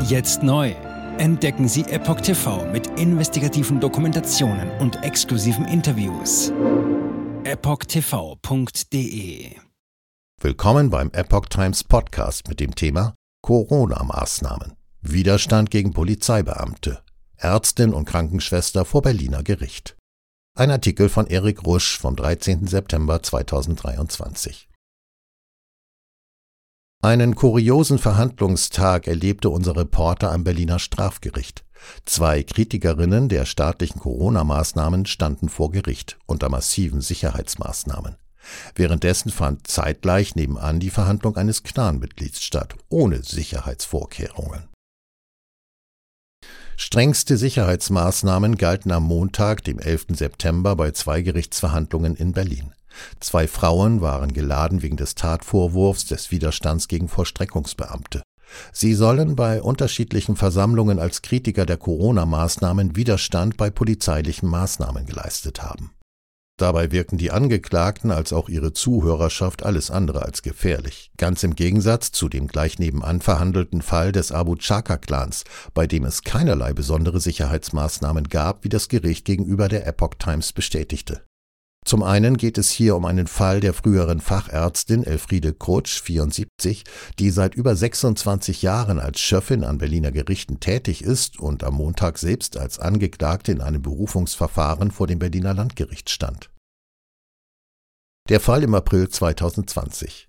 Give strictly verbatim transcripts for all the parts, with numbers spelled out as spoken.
Jetzt neu. Entdecken Sie Epoch T V mit investigativen Dokumentationen und exklusiven Interviews. epoch t v punkt d e Willkommen beim Epoch Times Podcast mit dem Thema Corona-Maßnahmen. Widerstand gegen Polizeibeamte. Ärztin und Krankenschwester vor Berliner Gericht. Ein Artikel von Erik Rusch vom dreizehnten September zweitausenddreiundzwanzig. Einen kuriosen Verhandlungstag erlebte unser Reporter am Berliner Strafgericht. Zwei Kritikerinnen der staatlichen Corona-Maßnahmen standen vor Gericht unter massiven Sicherheitsmaßnahmen. Währenddessen fand zeitgleich nebenan die Verhandlung eines Clan-Mitglieds statt, ohne Sicherheitsvorkehrungen. Strengste Sicherheitsmaßnahmen galten am Montag, dem elften September, bei zwei Gerichtsverhandlungen in Berlin. Zwei Frauen waren geladen wegen des Tatvorwurfs des Widerstands gegen Vollstreckungsbeamte. Sie sollen bei unterschiedlichen Versammlungen als Kritiker der Corona-Maßnahmen Widerstand bei polizeilichen Maßnahmen geleistet haben. Dabei wirken die Angeklagten als auch ihre Zuhörerschaft alles andere als gefährlich. Ganz im Gegensatz zu dem gleich nebenan verhandelten Fall des Abu-Chaka-Clans, bei dem es keinerlei besondere Sicherheitsmaßnahmen gab, wie das Gericht gegenüber der Epoch Times bestätigte. Zum einen geht es hier um einen Fall der früheren Fachärztin Elfriede Krutsch, vierundsiebzig, die seit über sechsundzwanzig Jahren als Schöffin an Berliner Gerichten tätig ist und am Montag selbst als Angeklagte in einem Berufungsverfahren vor dem Berliner Landgericht stand. Der Fall im April zweitausendzwanzig.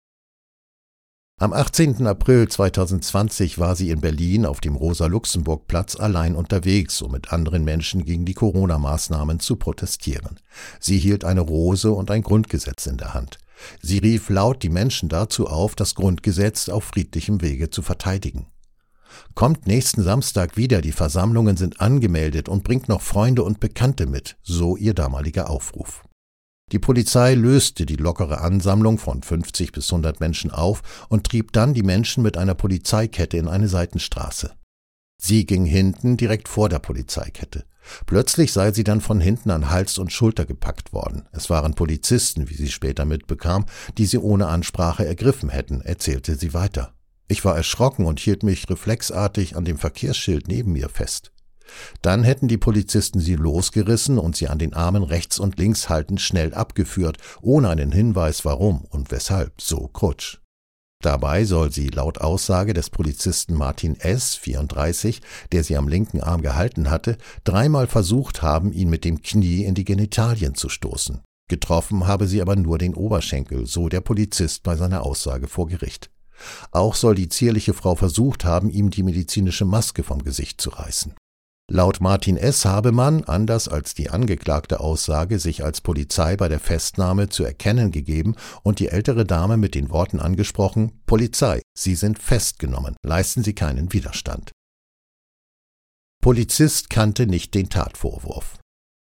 Am achtzehnten April zweitausendzwanzig war sie in Berlin auf dem Rosa-Luxemburg-Platz allein unterwegs, um mit anderen Menschen gegen die Corona-Maßnahmen zu protestieren. Sie hielt eine Rose und ein Grundgesetz in der Hand. Sie rief laut die Menschen dazu auf, das Grundgesetz auf friedlichem Wege zu verteidigen. Kommt nächsten Samstag wieder, die Versammlungen sind angemeldet und bringt noch Freunde und Bekannte mit, so ihr damaliger Aufruf. Die Polizei löste die lockere Ansammlung von fünfzig bis hundert Menschen auf und trieb dann die Menschen mit einer Polizeikette in eine Seitenstraße. Sie ging hinten direkt vor der Polizeikette. Plötzlich sei sie dann von hinten an Hals und Schulter gepackt worden. Es waren Polizisten, wie sie später mitbekam, die sie ohne Ansprache ergriffen hätten, erzählte sie weiter. Ich war erschrocken und hielt mich reflexartig an dem Verkehrsschild neben mir fest. Dann hätten die Polizisten sie losgerissen und sie an den Armen rechts und links haltend schnell abgeführt, ohne einen Hinweis warum und weshalb, so Krutsch. Dabei soll sie laut Aussage des Polizisten Martin S., vierunddreißig, der sie am linken Arm gehalten hatte, dreimal versucht haben, ihn mit dem Knie in die Genitalien zu stoßen. Getroffen habe sie aber nur den Oberschenkel, so der Polizist bei seiner Aussage vor Gericht. Auch soll die zierliche Frau versucht haben, ihm die medizinische Maske vom Gesicht zu reißen. Laut Martin S. habe man, anders als die angeklagte Aussage, sich als Polizei bei der Festnahme zu erkennen gegeben und die ältere Dame mit den Worten angesprochen: »Polizei, Sie sind festgenommen, leisten Sie keinen Widerstand.« Polizist kannte nicht den Tatvorwurf.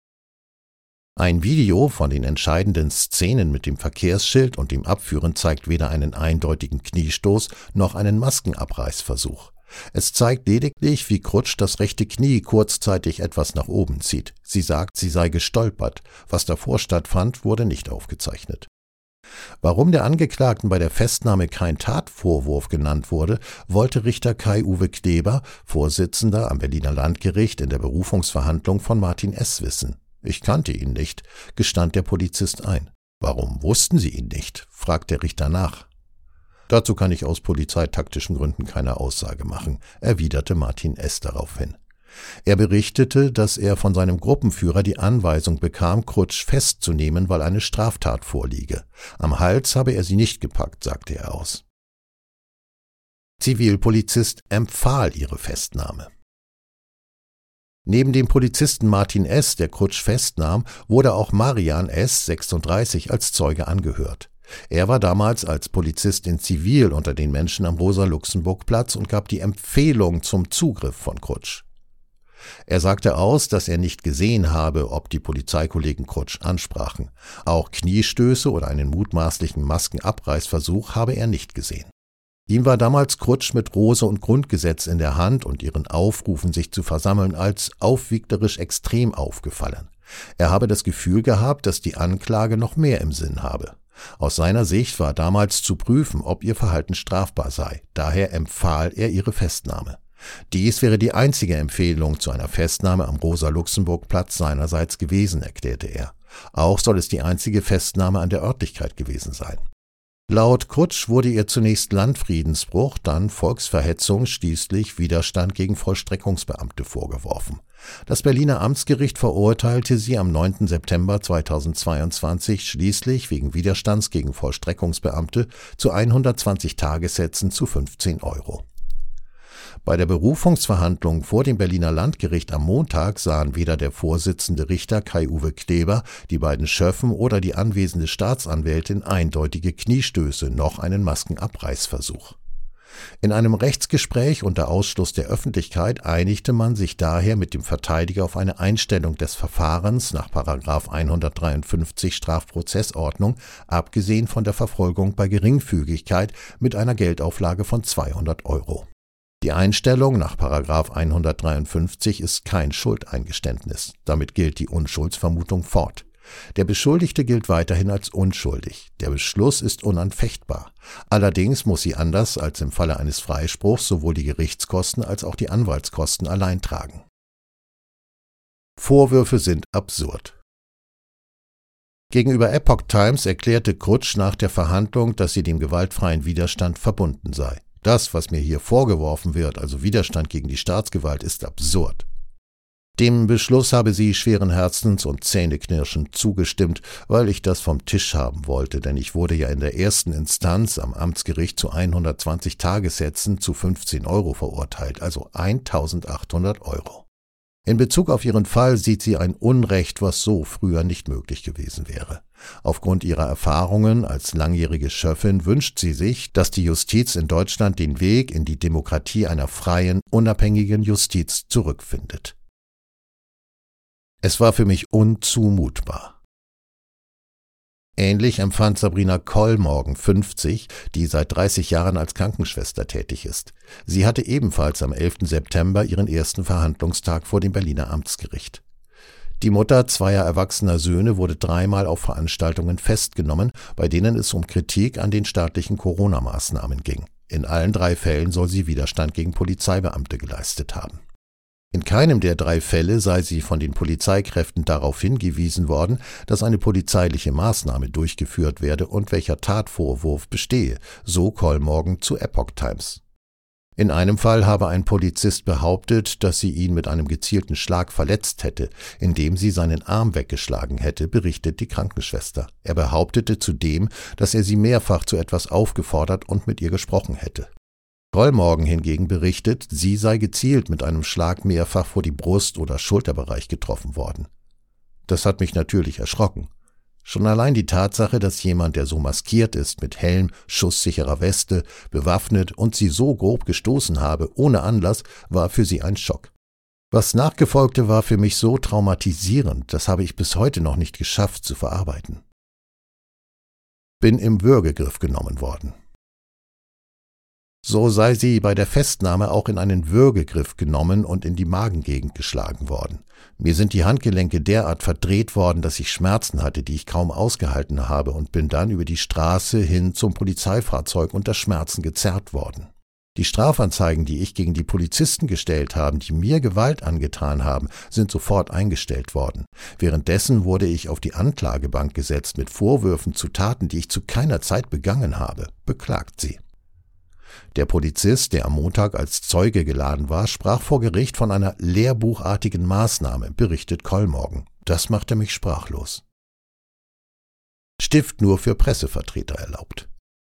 Ein Video von den entscheidenden Szenen mit dem Verkehrsschild und dem Abführen zeigt weder einen eindeutigen Kniestoß noch einen Maskenabreißversuch. Es zeigt lediglich, wie Krutsch das rechte Knie kurzzeitig etwas nach oben zieht. Sie sagt, sie sei gestolpert. Was davor stattfand, wurde nicht aufgezeichnet. Warum der Angeklagten bei der Festnahme kein Tatvorwurf genannt wurde, wollte Richter Kai-Uwe Kleber, Vorsitzender am Berliner Landgericht, in der Berufungsverhandlung von Martin S. wissen. »Ich kannte ihn nicht«, gestand der Polizist ein. »Warum wussten Sie ihn nicht?«, fragt der Richter nach. »Dazu kann ich aus polizeitaktischen Gründen keine Aussage machen«, erwiderte Martin S. daraufhin. Er berichtete, dass er von seinem Gruppenführer die Anweisung bekam, Krutsch festzunehmen, weil eine Straftat vorliege. Am Hals habe er sie nicht gepackt, sagte er aus. Zivilpolizist empfahl ihre Festnahme. Neben dem Polizisten Martin S., der Krutsch festnahm, wurde auch Marian S., sechsunddreißig, als Zeuge angehört. Er war damals als Polizist in Zivil unter den Menschen am Rosa-Luxemburg-Platz und gab die Empfehlung zum Zugriff von Krutsch. Er sagte aus, dass er nicht gesehen habe, ob die Polizeikollegen Krutsch ansprachen. Auch Kniestöße oder einen mutmaßlichen Maskenabreißversuch habe er nicht gesehen. Ihm war damals Krutsch mit Rose und Grundgesetz in der Hand und ihren Aufrufen, sich zu versammeln, als aufwieglerisch extrem aufgefallen. Er habe das Gefühl gehabt, dass die Anklage noch mehr im Sinn habe. Aus seiner Sicht war damals zu prüfen, ob ihr Verhalten strafbar sei. Daher empfahl er ihre Festnahme. Dies wäre die einzige Empfehlung zu einer Festnahme am Rosa-Luxemburg-Platz seinerseits gewesen, erklärte er. Auch soll es die einzige Festnahme an der Örtlichkeit gewesen sein. Laut Krutsch wurde ihr zunächst Landfriedensbruch, dann Volksverhetzung, schließlich Widerstand gegen Vollstreckungsbeamte vorgeworfen. Das Berliner Amtsgericht verurteilte sie am neunten September zweitausendzweiundzwanzig schließlich wegen Widerstands gegen Vollstreckungsbeamte zu hundertzwanzig Tagessätzen zu fünfzehn Euro. Bei der Berufungsverhandlung vor dem Berliner Landgericht am Montag sahen weder der Vorsitzende Richter Kai-Uwe Kleber, die beiden Schöffen oder die anwesende Staatsanwältin eindeutige Kniestöße noch einen Maskenabreißversuch. In einem Rechtsgespräch unter Ausschluss der Öffentlichkeit einigte man sich daher mit dem Verteidiger auf eine Einstellung des Verfahrens nach Paragraph hundertdreiundfünfzig Strafprozessordnung, abgesehen von der Verfolgung bei Geringfügigkeit mit einer Geldauflage von zweihundert Euro. Die Einstellung nach Paragraph hundertdreiundfünfzig ist kein Schuldeingeständnis. Damit gilt die Unschuldsvermutung fort. Der Beschuldigte gilt weiterhin als unschuldig. Der Beschluss ist unanfechtbar. Allerdings muss sie anders als im Falle eines Freispruchs sowohl die Gerichtskosten als auch die Anwaltskosten allein tragen. Vorwürfe sind absurd. Gegenüber Epoch Times erklärte Krutsch nach der Verhandlung, dass sie dem gewaltfreien Widerstand verbunden sei. Das, was mir hier vorgeworfen wird, also Widerstand gegen die Staatsgewalt, ist absurd. Dem Beschluss habe sie schweren Herzens und zähneknirschend zugestimmt, weil ich das vom Tisch haben wollte, denn ich wurde ja in der ersten Instanz am Amtsgericht zu hundertzwanzig Tagessätzen zu fünfzehn Euro verurteilt, also eintausendachthundert Euro. In Bezug auf ihren Fall sieht sie ein Unrecht, was so früher nicht möglich gewesen wäre. Aufgrund ihrer Erfahrungen als langjährige Schöffin wünscht sie sich, dass die Justiz in Deutschland den Weg in die Demokratie einer freien, unabhängigen Justiz zurückfindet. Es war für mich unzumutbar. Ähnlich empfand Sabrina Kollmorgen, fünfzig, die seit dreißig Jahren als Krankenschwester tätig ist. Sie hatte ebenfalls am elften September ihren ersten Verhandlungstag vor dem Berliner Amtsgericht. Die Mutter zweier erwachsener Söhne wurde dreimal auf Veranstaltungen festgenommen, bei denen es um Kritik an den staatlichen Corona-Maßnahmen ging. In allen drei Fällen soll sie Widerstand gegen Polizeibeamte geleistet haben. In keinem der drei Fälle sei sie von den Polizeikräften darauf hingewiesen worden, dass eine polizeiliche Maßnahme durchgeführt werde und welcher Tatvorwurf bestehe, so Kollmorgen zu Epoch Times. In einem Fall habe ein Polizist behauptet, dass sie ihn mit einem gezielten Schlag verletzt hätte, indem sie seinen Arm weggeschlagen hätte, berichtet die Krankenschwester. Er behauptete zudem, dass er sie mehrfach zu etwas aufgefordert und mit ihr gesprochen hätte. Kollmorgen hingegen berichtet, sie sei gezielt mit einem Schlag mehrfach vor die Brust- oder Schulterbereich getroffen worden. Das hat mich natürlich erschrocken. Schon allein die Tatsache, dass jemand, der so maskiert ist, mit Helm, schusssicherer Weste, bewaffnet und sie so grob gestoßen habe, ohne Anlass, war für sie ein Schock. Was nachgefolgte, war für mich so traumatisierend, das habe ich bis heute noch nicht geschafft zu verarbeiten. Bin im Würgegriff genommen worden. So sei sie bei der Festnahme auch in einen Würgegriff genommen und in die Magengegend geschlagen worden. Mir sind die Handgelenke derart verdreht worden, dass ich Schmerzen hatte, die ich kaum ausgehalten habe, und bin dann über die Straße hin zum Polizeifahrzeug unter Schmerzen gezerrt worden. Die Strafanzeigen, die ich gegen die Polizisten gestellt habe, die mir Gewalt angetan haben, sind sofort eingestellt worden. Währenddessen wurde ich auf die Anklagebank gesetzt mit Vorwürfen zu Taten, die ich zu keiner Zeit begangen habe, beklagt sie. Der Polizist, der am Montag als Zeuge geladen war, sprach vor Gericht von einer lehrbuchartigen Maßnahme, berichtet Kollmorgen. Das machte mich sprachlos. Stift nur für Pressevertreter erlaubt.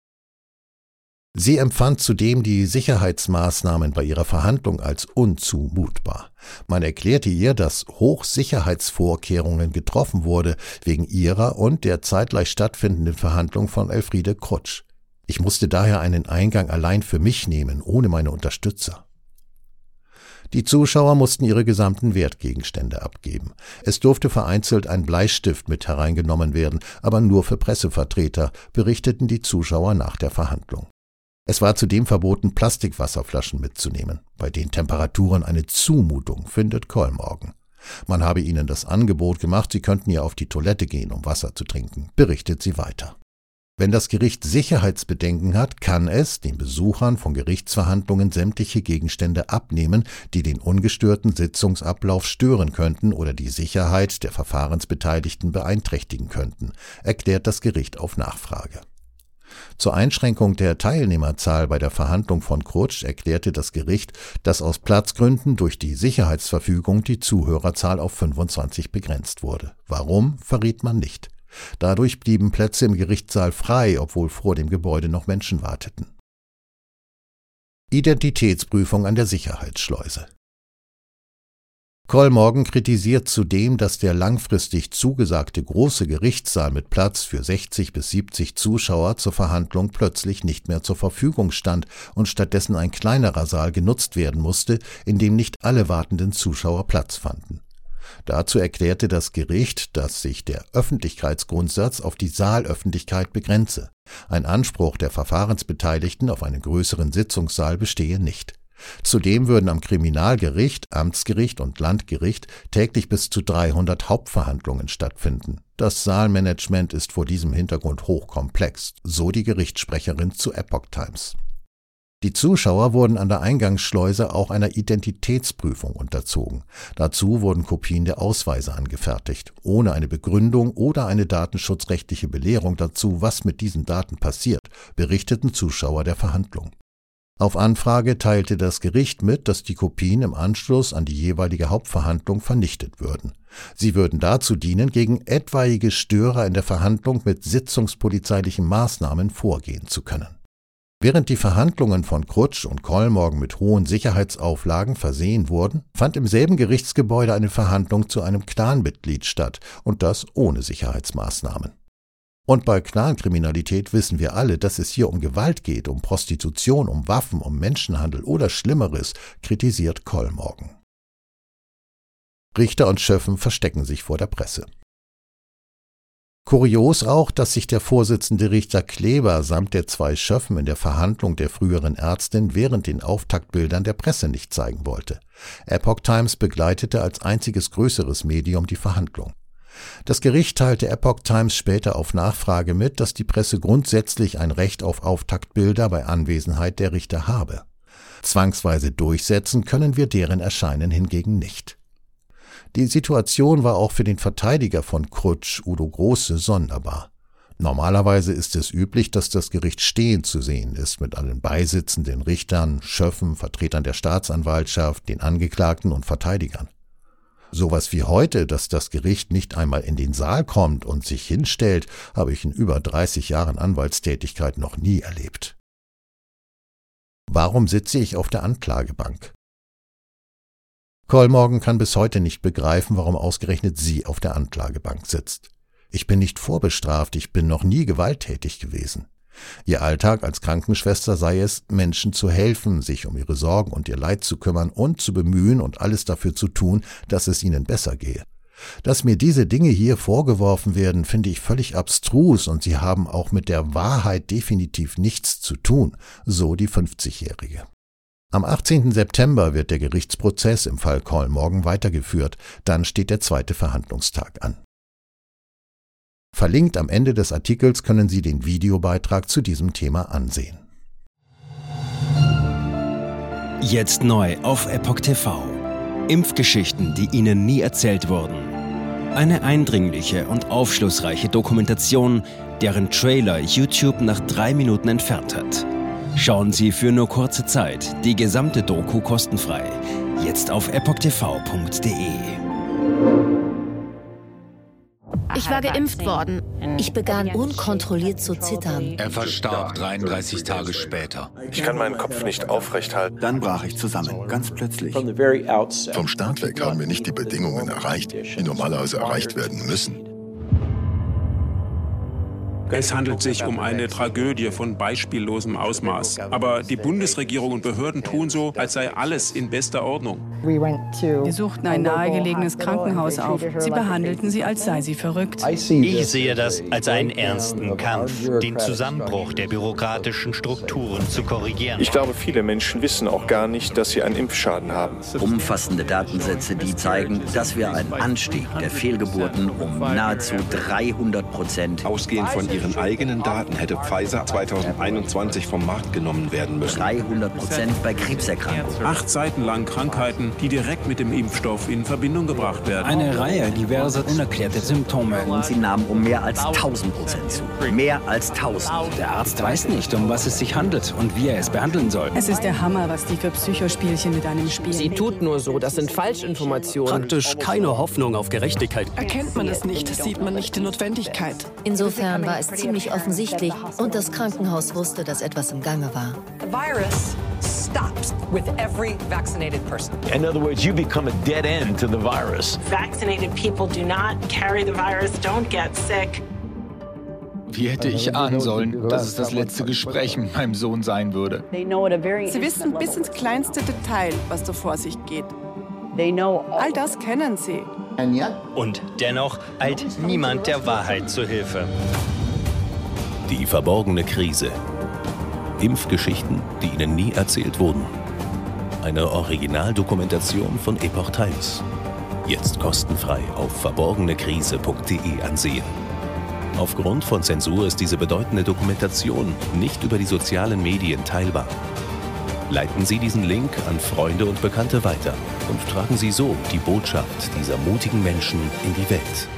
Sie empfand zudem die Sicherheitsmaßnahmen bei ihrer Verhandlung als unzumutbar. Man erklärte ihr, dass Hochsicherheitsvorkehrungen getroffen wurde wegen ihrer und der zeitgleich stattfindenden Verhandlung von Elfriede Krutsch. Ich musste daher einen Eingang allein für mich nehmen, ohne meine Unterstützer. Die Zuschauer mussten ihre gesamten Wertgegenstände abgeben. Es durfte vereinzelt ein Bleistift mit hereingenommen werden, aber nur für Pressevertreter, berichteten die Zuschauer nach der Verhandlung. Es war zudem verboten, Plastikwasserflaschen mitzunehmen. Bei den Temperaturen eine Zumutung, findet Kollmorgen. Man habe ihnen das Angebot gemacht, sie könnten ja auf die Toilette gehen, um Wasser zu trinken, berichtet sie weiter. Wenn das Gericht Sicherheitsbedenken hat, kann es den Besuchern von Gerichtsverhandlungen sämtliche Gegenstände abnehmen, die den ungestörten Sitzungsablauf stören könnten oder die Sicherheit der Verfahrensbeteiligten beeinträchtigen könnten, erklärt das Gericht auf Nachfrage. Zur Einschränkung der Teilnehmerzahl bei der Verhandlung von Krutsch erklärte das Gericht, dass aus Platzgründen durch die Sicherheitsverfügung die Zuhörerzahl auf fünfundzwanzig begrenzt wurde. Warum, verriet man nicht. Dadurch blieben Plätze im Gerichtssaal frei, obwohl vor dem Gebäude noch Menschen warteten. Identitätsprüfung an der Sicherheitsschleuse. Kollmorgen kritisiert zudem, dass der langfristig zugesagte große Gerichtssaal mit Platz für sechzig bis siebzig Zuschauer zur Verhandlung plötzlich nicht mehr zur Verfügung stand und stattdessen ein kleinerer Saal genutzt werden musste, in dem nicht alle wartenden Zuschauer Platz fanden. Dazu erklärte das Gericht, dass sich der Öffentlichkeitsgrundsatz auf die Saalöffentlichkeit begrenze. Ein Anspruch der Verfahrensbeteiligten auf einen größeren Sitzungssaal bestehe nicht. Zudem würden am Kriminalgericht, Amtsgericht und Landgericht täglich bis zu dreihundert Hauptverhandlungen stattfinden. Das Saalmanagement ist vor diesem Hintergrund hochkomplex, so die Gerichtssprecherin zu Epoch Times. Die Zuschauer wurden an der Eingangsschleuse auch einer Identitätsprüfung unterzogen. Dazu wurden Kopien der Ausweise angefertigt. Ohne eine Begründung oder eine datenschutzrechtliche Belehrung dazu, was mit diesen Daten passiert, berichteten Zuschauer der Verhandlung. Auf Anfrage teilte das Gericht mit, dass die Kopien im Anschluss an die jeweilige Hauptverhandlung vernichtet würden. Sie würden dazu dienen, gegen etwaige Störer in der Verhandlung mit sitzungspolizeilichen Maßnahmen vorgehen zu können. Während die Verhandlungen von Krutsch und Kollmorgen mit hohen Sicherheitsauflagen versehen wurden, fand im selben Gerichtsgebäude eine Verhandlung zu einem Clanmitglied statt, und das ohne Sicherheitsmaßnahmen. Und bei Clankriminalität wissen wir alle, dass es hier um Gewalt geht, um Prostitution, um Waffen, um Menschenhandel oder Schlimmeres, kritisiert Kollmorgen. Richter und Schöffen verstecken sich vor der Presse. Kurios auch, dass sich der Vorsitzende Richter Kleber samt der zwei Schöffen in der Verhandlung der früheren Ärztin während den Auftaktbildern der Presse nicht zeigen wollte. Epoch Times begleitete als einziges größeres Medium die Verhandlung. Das Gericht teilte Epoch Times später auf Nachfrage mit, dass die Presse grundsätzlich ein Recht auf Auftaktbilder bei Anwesenheit der Richter habe. Zwangsweise durchsetzen können wir deren Erscheinen hingegen nicht. Die Situation war auch für den Verteidiger von Krutsch, Udo Große, sonderbar. Normalerweise ist es üblich, dass das Gericht stehend zu sehen ist, mit allen beisitzenden Richtern, Schöffen, Vertretern der Staatsanwaltschaft, den Angeklagten und Verteidigern. Sowas wie heute, dass das Gericht nicht einmal in den Saal kommt und sich hinstellt, habe ich in über dreißig Jahren Anwaltstätigkeit noch nie erlebt. Warum sitze ich auf der Anklagebank? Kollmorgen kann bis heute nicht begreifen, warum ausgerechnet sie auf der Anklagebank sitzt. Ich bin nicht vorbestraft, ich bin noch nie gewalttätig gewesen. Ihr Alltag als Krankenschwester sei es, Menschen zu helfen, sich um ihre Sorgen und ihr Leid zu kümmern und zu bemühen und alles dafür zu tun, dass es ihnen besser gehe. Dass mir diese Dinge hier vorgeworfen werden, finde ich völlig abstrus und sie haben auch mit der Wahrheit definitiv nichts zu tun, so die fünfzigjährige. Am achtzehnten September wird der Gerichtsprozess im Fall Kollmorgen weitergeführt, dann steht der zweite Verhandlungstag an. Verlinkt am Ende des Artikels können Sie den Videobeitrag zu diesem Thema ansehen. Jetzt neu auf Epoch T V. Impfgeschichten, die Ihnen nie erzählt wurden. Eine eindringliche und aufschlussreiche Dokumentation, deren Trailer YouTube nach drei Minuten entfernt hat. Schauen Sie für nur kurze Zeit die gesamte Doku kostenfrei. Jetzt auf epoch t v punkt d e. Ich war geimpft worden. Ich begann unkontrolliert zu zittern. Er verstarb dreiunddreißig Tage später. Ich kann meinen Kopf nicht aufrecht halten. Dann brach ich zusammen, ganz plötzlich. Vom Start weg haben wir nicht die Bedingungen erreicht, die normalerweise erreicht werden müssen. Es handelt sich um eine Tragödie von beispiellosem Ausmaß. Aber die Bundesregierung und Behörden tun so, als sei alles in bester Ordnung. Wir suchten ein nahegelegenes Krankenhaus auf. Sie behandelten sie, als sei sie verrückt. Ich sehe das als einen ernsten Kampf, den Zusammenbruch der bürokratischen Strukturen zu korrigieren. Ich glaube, viele Menschen wissen auch gar nicht, dass sie einen Impfschaden haben. Umfassende Datensätze, die zeigen, dass wir einen Anstieg der Fehlgeburten um nahezu dreihundert Prozent ausgehend von ihren eigenen Daten hätte Pfizer zweitausendeinundzwanzig vom Markt genommen werden müssen. dreihundert Prozent bei Krebserkrankungen. Acht Seiten lang Krankheiten, die direkt mit dem Impfstoff in Verbindung gebracht werden. Eine Reihe diverser unerklärter Symptome. Und sie nahmen um mehr als tausend Prozent zu. Mehr als tausend. Der Arzt weiß nicht, um was es sich handelt und wie er es behandeln soll. Es ist der Hammer, was die für Psychospielchen mit einem spielen. Sie tut nur so, das sind Falschinformationen. Praktisch keine Hoffnung auf Gerechtigkeit. Erkennt man es nicht, sieht man nicht die Notwendigkeit. Insofern war es ziemlich offensichtlich und das Krankenhaus wusste, dass etwas im Gange war. The virus stops with every vaccinated person. In other words, you become a dead end to the virus. Vaccinated people do not carry the virus, don't get sick. Wie hätte ich ahnen sollen, dass es das letzte Gespräch mit meinem Sohn sein würde? Sie wissen bis ins kleinste Detail, was da vor sich geht. All das kennen sie. Und dennoch eilt niemand der Wahrheit zu Hilfe. Die verborgene Krise. Impfgeschichten, die Ihnen nie erzählt wurden. Eine Originaldokumentation von Epoch Times. Jetzt kostenfrei auf verborgenekrise punkt de ansehen. Aufgrund von Zensur ist diese bedeutende Dokumentation nicht über die sozialen Medien teilbar. Leiten Sie diesen Link an Freunde und Bekannte weiter und tragen Sie so die Botschaft dieser mutigen Menschen in die Welt.